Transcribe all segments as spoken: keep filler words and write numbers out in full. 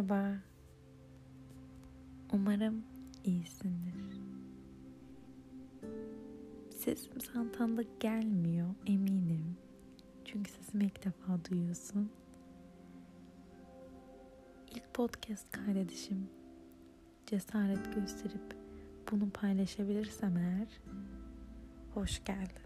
Merhaba. Umarım iyisindir. Sesim sana tanıdık gelmiyor, eminim. Çünkü sesimi ilk defa duyuyorsun. İlk podcast kaydedişim. Cesaret gösterip bunu paylaşabilirsem eğer, hoş geldin.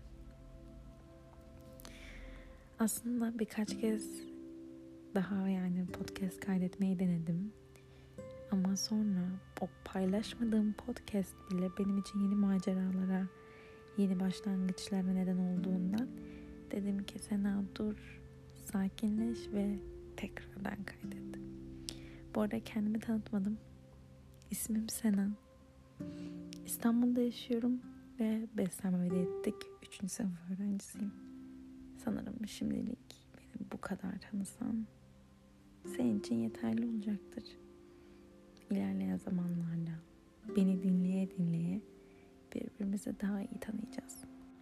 Aslında birkaç kez daha yani podcast kaydetmeyi denedim. Ama sonra o paylaşmadığım podcast bile benim için yeni maceralara, yeni başlangıçlara neden olduğundan dedim ki Sena dur, sakinleş ve tekrardan kaydet. Bu arada kendimi tanıtmadım. İsmim Sena. İstanbul'da yaşıyorum ve beslenme ve diyetetik üçüncü sınıf öğrencisiyim. Sanırım şimdilik beni bu kadar tanısan senin için yeterli olacaktır. İlerleyen zamanlarda beni dinleye dinleye birbirimizi daha iyi tanıyacağız.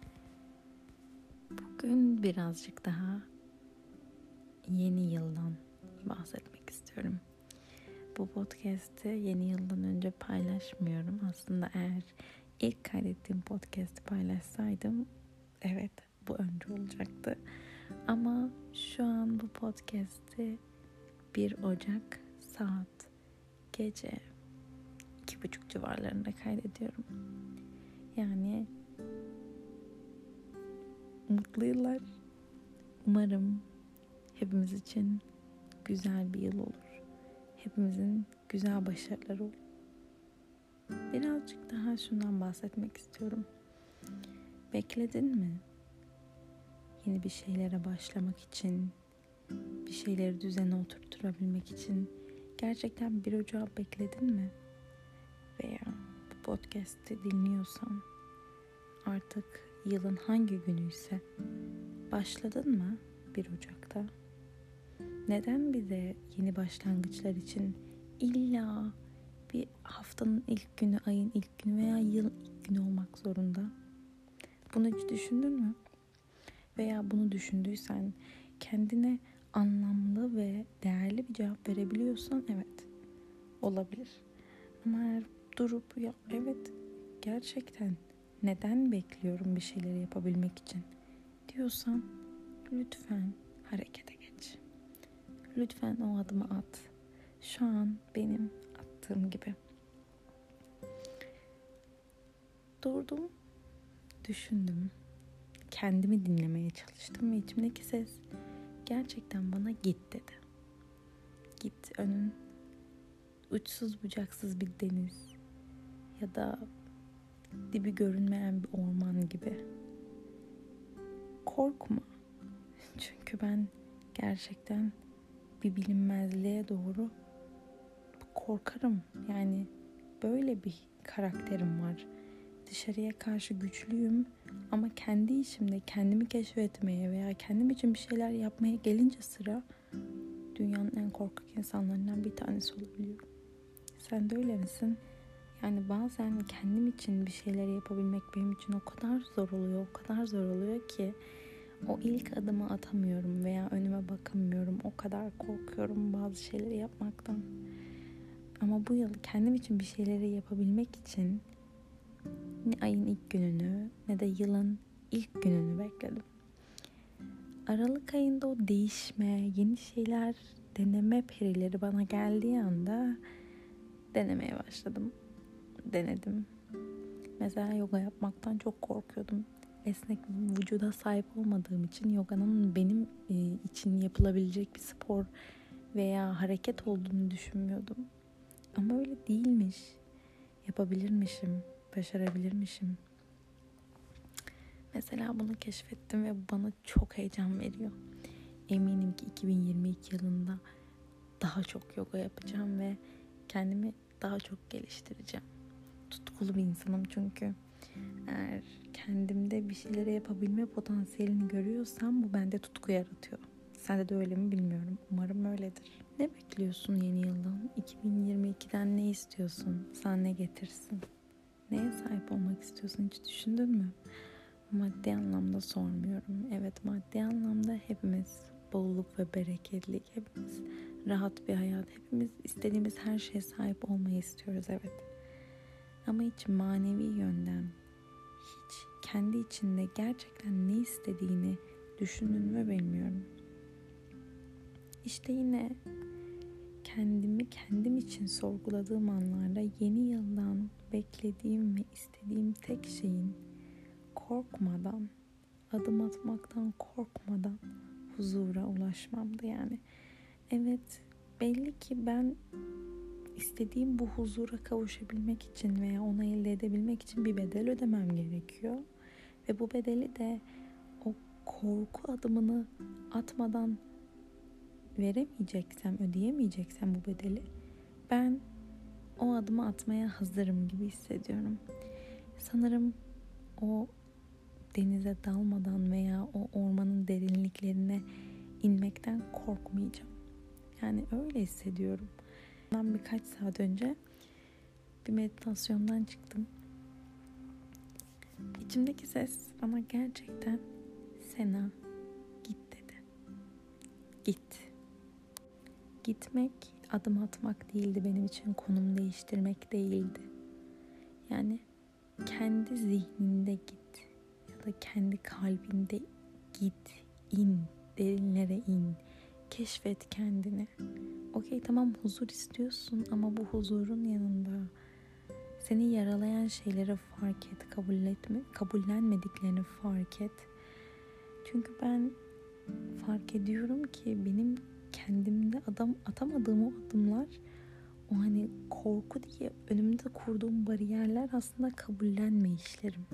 Bugün birazcık daha yeni yıldan bahsetmek istiyorum. Bu podcast'i yeni yıldan önce paylaşmıyorum. Aslında eğer ilk kaydettiğim podcast'i paylaşsaydım evet bu önce olacaktı. Ama şu an bu podcast'i bir Ocak saat gece iki buçuk civarlarında kaydediyorum. Yani mutlu yıllar. Umarım hepimiz için güzel bir yıl olur. Hepimizin güzel başarıları olur. Birazcık daha şundan bahsetmek istiyorum. Bekledin mi? Yeni bir şeylere başlamak için, bir şeyleri düzene oturtturabilmek için gerçekten bir Ocağı bekledin mi? Veya bu podcast'i dinliyorsan artık yılın hangi günüyse başladın mı bir Ocak'ta? Neden bize yeni başlangıçlar için illa bir haftanın ilk günü, ayın ilk günü veya yılın ilk günü olmak zorunda? Bunu hiç düşündün mü? Veya bunu düşündüysen kendine anlamlı ve değerli bir cevap verebiliyorsan evet olabilir. Ama eğer durup ya evet gerçekten neden bekliyorum bir şeyleri yapabilmek için diyorsan lütfen harekete geç. Lütfen o adımı at. Şu an benim attığım gibi. Durdum, düşündüm. Kendimi dinlemeye çalıştım ve içimdeki ses gerçekten bana git dedi. Git, önün uçsuz bucaksız bir deniz ya da dibi görünmeyen bir orman gibi. Korkma. Çünkü ben gerçekten bir bilinmezliğe doğru korkarım. Yani böyle bir karakterim var. Dışarıya karşı güçlüyüm ama kendi işimde kendimi keşfetmeye veya kendim için bir şeyler yapmaya gelince sıra dünyanın en korkak insanlarından bir tanesi olabiliyorum. Sen de öyle misin? Yani bazen kendim için bir şeyler yapabilmek benim için o kadar zor oluyor, o kadar zor oluyor ki o ilk adımı atamıyorum veya önüme bakamıyorum. O kadar korkuyorum bazı şeyleri yapmaktan. Ama bu yıl kendim için bir şeyleri yapabilmek için ne ayın ilk gününü ne de yılın ilk gününü bekledim. Aralık ayında o değişme, yeni şeyler deneme perileri bana geldiği anda denemeye başladım. Denedim. Mesela yoga yapmaktan çok korkuyordum. Esnek bir vücuda sahip olmadığım için yoganın benim için yapılabilecek bir spor veya hareket olduğunu düşünmüyordum. Ama öyle değilmiş. Yapabilirmişim, başarabilirmişim. Mesela bunu keşfettim ve bana çok heyecan veriyor. Eminim ki iki bin yirmi iki yılında daha çok yoga yapacağım ve kendimi daha çok geliştireceğim. Tutkulu bir insanım çünkü. Eğer kendimde bir şeyleri yapabilme potansiyelini görüyorsam bu bende tutku yaratıyor. Sende de öyle mi bilmiyorum. Umarım öyledir. Ne bekliyorsun yeni yıldan? iki bin yirmi ikiden ne istiyorsun? Sana ne getirsin? Neye sahip olmak istiyorsun? Hiç düşündün mü? Maddi anlamda sormuyorum. Evet, maddi anlamda hepimiz bolluk ve bereketlik, hepimiz rahat bir hayat, hepimiz istediğimiz her şeye sahip olmayı istiyoruz, evet. Ama hiç manevi yönden, hiç kendi içinde gerçekten ne istediğini düşündün mü bilmiyorum. İşte yine kendimi kendim için sorguladığım anlarda yeni yıldan beklediğim ve istediğim tek şeyin korkmadan, adım atmaktan korkmadan huzura ulaşmamdı yani. Evet, belli ki ben istediğim bu huzura kavuşabilmek için veya onu elde edebilmek için bir bedel ödemem gerekiyor. Ve bu bedeli de o korku adımını atmadan veremeyeceksem, ödeyemeyeceksem bu bedeli, ben o adımı atmaya hazırım gibi hissediyorum. Sanırım o denize dalmadan veya o ormanın derinliklerine inmekten korkmayacağım. Yani öyle hissediyorum. Ben birkaç saat önce bir meditasyondan çıktım. İçimdeki ses bana gerçekten Sena git dedi. Git. Gitmek adım atmak değildi benim için, konum değiştirmek değildi. Yani kendi zihninde git ya da kendi kalbinde git, in, derinlere in, keşfet kendini. Okey, tamam, huzur istiyorsun ama bu huzurun yanında seni yaralayan şeyleri fark et, kabul etme, kabullenmediklerini fark et. Çünkü ben fark ediyorum ki benim kendimde adam atamadığım o adımlar, o hani korku diye önümde kurduğum bariyerler aslında kabullenme işlerim.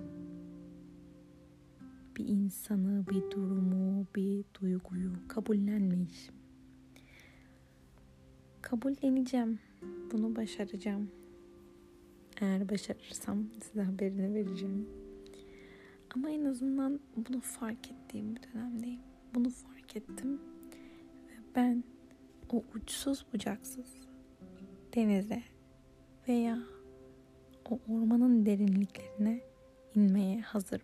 Bir insanı, bir durumu, bir duyguyu kabullenme işim. Kabulleneceğim. Bunu başaracağım. Eğer başarırsam size haberini vereceğim. Ama en azından bunu fark ettiğim bir dönemdeyim. Bunu fark ettim. Ve ben o uçsuz bucaksız denize veya o ormanın derinliklerine inmeye hazırım.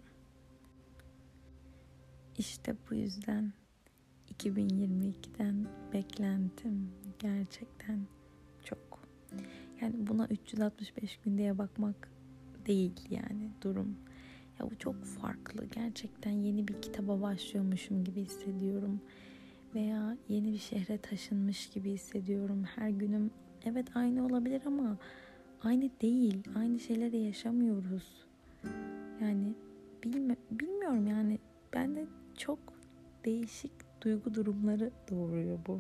İşte bu yüzden iki bin yirmi ikiden beklentim gerçekten çok. Yani buna üç yüz altmış beş gün diye bakmak değil yani durum. Ya bu çok farklı. Gerçekten yeni bir kitaba başlıyormuşum gibi hissediyorum. Veya yeni bir şehre taşınmış gibi hissediyorum. Her günüm evet aynı olabilir ama aynı değil. Aynı şeyleri yaşamıyoruz. Yani bilmi- bilmiyorum yani bende çok değişik duygu durumları doğuruyor bu.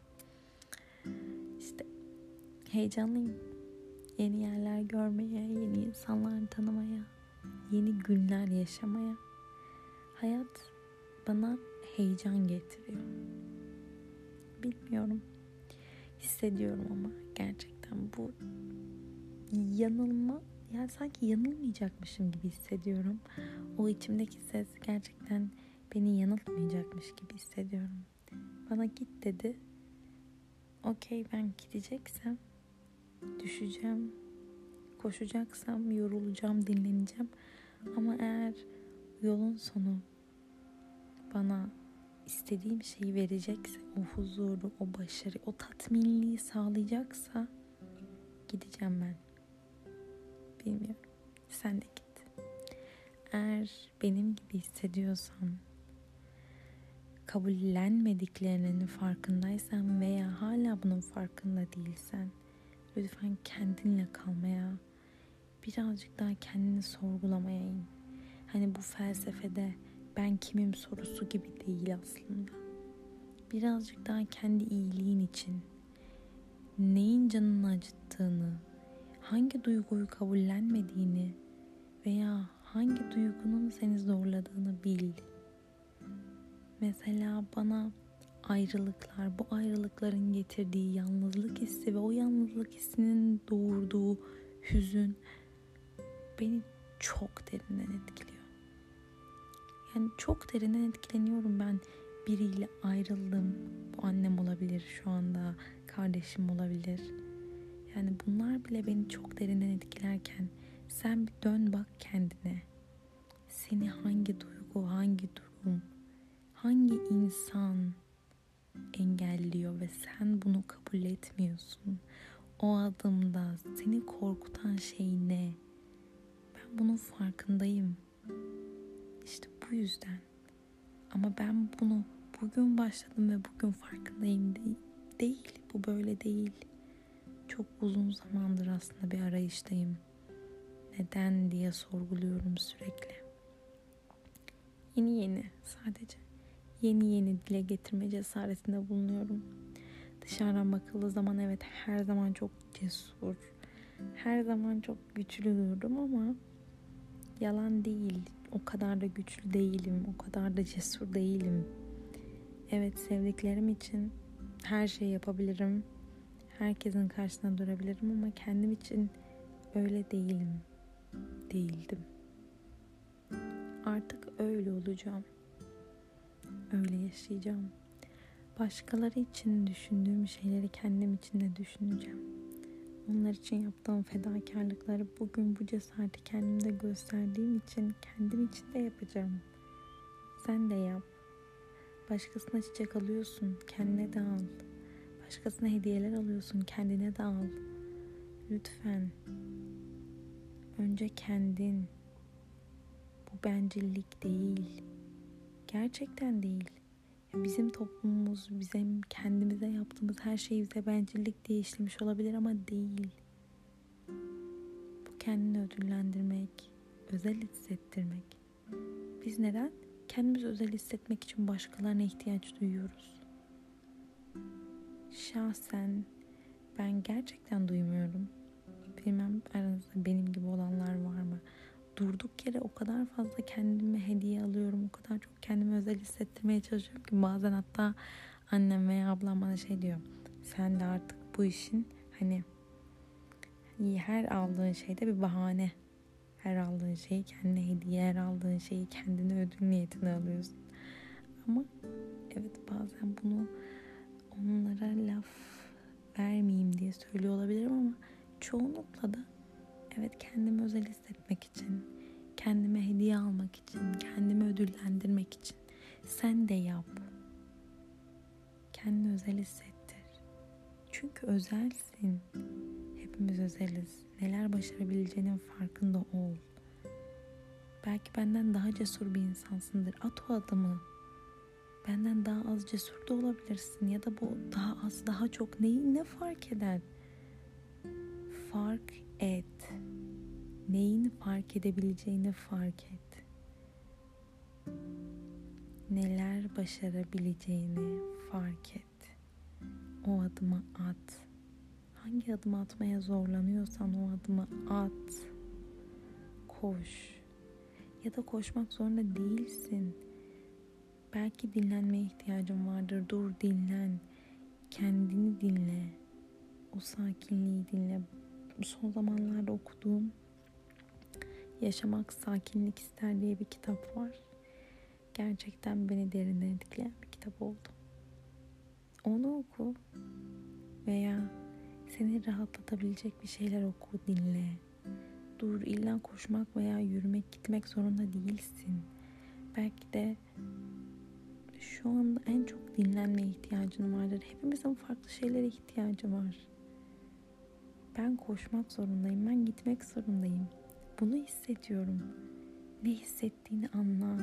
İşte heyecanlıyım. Yeni yerler görmeye, yeni insanlar tanımaya, yeni günler yaşamaya. Hayat bana heyecan getiriyor. Bilmiyorum. Hissediyorum ama gerçekten bu yanılma, yani sanki yanılmayacakmışım gibi hissediyorum. O içimdeki ses gerçekten beni yanıltmayacakmış gibi hissediyorum. Bana git dedi. Okey, ben gideceksem düşeceğim, koşacaksam yorulacağım, dinleneceğim. Ama eğer yolun sonu bana istediğim şeyi verecekse, o huzuru, o başarı, o tatminliği sağlayacaksa gideceğim ben. Bilmiyorum. Sen de git. Eğer benim gibi hissediyorsan, kabullenmediklerinin farkındaysan veya hala bunun farkında değilsen, lütfen kendinle kalmaya, birazcık daha kendini sorgulamaya in. Hani bu felsefede ben kimim sorusu gibi değil aslında. Birazcık daha kendi iyiliğin için neyin canını acıttığını, hangi duyguyu kabullenmediğini veya hangi duygunun seni zorladığını bil. Mesela bana ayrılıklar, bu ayrılıkların getirdiği yalnızlık hissi ve o yalnızlık hissinin doğurduğu hüzün beni çok derinden etkiliyor. Yani çok derinden etkileniyorum ben. Biriyle ayrıldım. Bu annem olabilir şu anda, kardeşim olabilir. Yani bunlar bile beni çok derinden etkilerken sen bir dön bak kendine. Seni hangi duygu, hangi durum, hangi insan engelliyor ve sen bunu kabul etmiyorsun. O adımda seni korkutan şey ne? Ben bunun farkındayım. İşte bu yüzden. Ama ben bunu bugün başladım ve bugün farkındayım değil. Değil, bu böyle değil. Çok uzun zamandır aslında bir arayıştayım. Neden diye sorguluyorum sürekli. Yeni yeni sadece. Yeni yeni dile getirme cesaretinde bulunuyorum. Dışarıdan bakıldığı zaman evet her zaman çok cesur, her zaman çok güçlü durdum ama yalan değil. O kadar da güçlü değilim, o kadar da cesur değilim. Evet, sevdiklerim için her şeyi yapabilirim. Herkesin karşısına durabilirim ama kendim için öyle değilim. Değildim. Artık öyle olacağım. Öyle yaşayacağım. Başkaları için düşündüğüm şeyleri kendim için de düşüneceğim. Onlar için yaptığım fedakarlıkları bugün bu cesareti kendimde gösterdiğim için kendim için de yapacağım. Sen de yap. Başkasına çiçek alıyorsun, kendine de al. Başkasına hediyeler alıyorsun, kendine de al. Lütfen. Önce kendin. Bu bencillik değil. Gerçekten değil. Bizim toplumumuz, bizim kendimize yaptığımız her şey bize bencillik diye işlemiş olabilir ama değil. Bu kendini ödüllendirmek, özel hissettirmek. Biz neden? Kendimizi özel hissetmek için başkalarına ihtiyaç duyuyoruz. Şahsen ben gerçekten duymuyorum. Bilmem aranızda benim gibi olanlar var mı? Durduk yere o kadar fazla kendime hediye alıyorum. O kadar çok kendimi özel hissettirmeye çalışıyorum ki bazen hatta annem veya ablam bana şey diyor. Sen de artık bu işin hani her aldığın şeyde bir bahane. Her aldığın şeyi kendine hediye, her aldığın şeyi kendine ödül niyetine alıyorsun. Ama evet bazen bunu onlara laf vermeyeyim diye söylüyor olabilirim ama çoğunlukla da evet kendimi özel hissetmek için, kendime hediye almak için, kendimi ödüllendirmek için. Sen de yap. Kendini özel hissettir. Çünkü özelsin. Hepimiz özeliz. Neler başarabileceğinin farkında ol. Belki benden daha cesur bir insansındır. At o adımı. Benden daha az cesur da olabilirsin. Ya da bu daha az, daha çok neyi ne fark eder? Fark et. Neyin fark edebileceğini fark et. Neler başarabileceğini fark et. O adımı at. Hangi adımı atmaya zorlanıyorsan o adımı at. Koş. Ya da koşmak zorunda değilsin. Belki dinlenmeye ihtiyacın vardır. Dur dinlen. Kendini dinle. O sakinliği dinle. Son zamanlarda okuduğum Yaşamak Sakinlik İster diye bir kitap var. Gerçekten beni derinden etkileyen bir kitap oldu. Onu oku veya seni rahatlatabilecek bir şeyler oku, dinle. Dur, illa koşmak veya yürümek, gitmek zorunda değilsin. Belki de şu anda en çok dinlenmeye ihtiyacın vardır. Hepimizin farklı şeylere ihtiyacı var. Ben koşmak zorundayım, ben gitmek zorundayım. Bunu hissediyorum. Ne hissettiğini anla.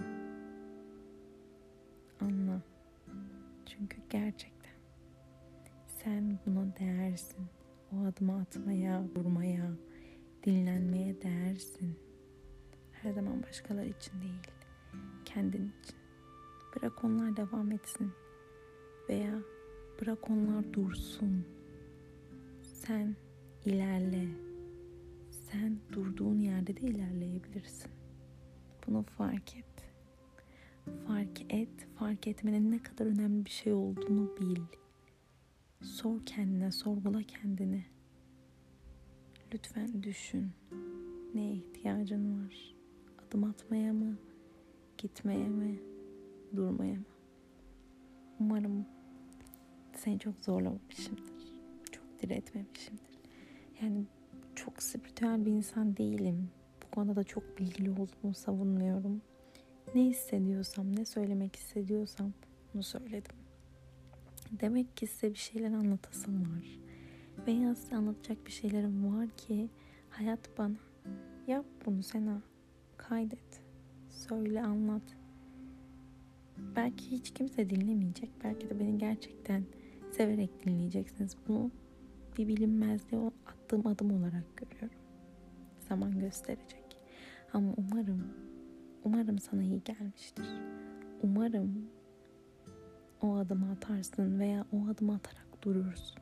Anla. Çünkü gerçekten sen buna değersin. O adımı atmaya, vurmaya, dinlenmeye değersin. Her zaman başkaları için değil, kendin için. Bırak onlar devam etsin veya bırak onlar dursun. Sen ilerle. Sen durduğun yerde de ilerleyebilirsin. Bunu fark et. Fark et, fark etmenin ne kadar önemli bir şey olduğunu bil. Sor kendine, sorgula kendini. Lütfen düşün. Neye ihtiyacın var? Adım atmaya mı? Gitmeye mi? Durmaya mı? Umarım seni çok zorlamamışımdır. Çok diretmemişimdir. Yani çok spiritüel bir insan değilim. Bu konuda da çok bilgili olduğumu savunmuyorum. Ne hissediyorsam, ne söylemek hissediyorsam bunu söyledim. Demek ki size bir şeyler anlatasım var. Veya size anlatacak bir şeylerim var ki hayat bana yap bunu Sena, kaydet, söyle, anlat. Belki hiç kimse dinlemeyecek. Belki de beni gerçekten severek dinleyeceksiniz. Bunu bir bilinmezliğe attığım adım olarak görüyorum. Zaman gösterecek. Ama umarım, umarım sana iyi gelmiştir. Umarım o adımı atarsın veya o adımı atarak durursun.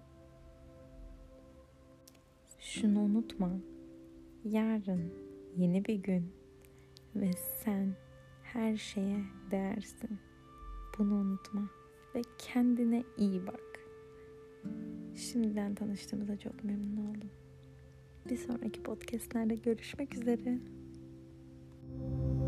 Şunu unutma. Yarın yeni bir gün ve sen her şeye değersin. Bunu unutma ve kendine iyi bak. Şimdiden tanıştığımıza çok memnun oldum. Bir sonraki podcastlerde görüşmek üzere.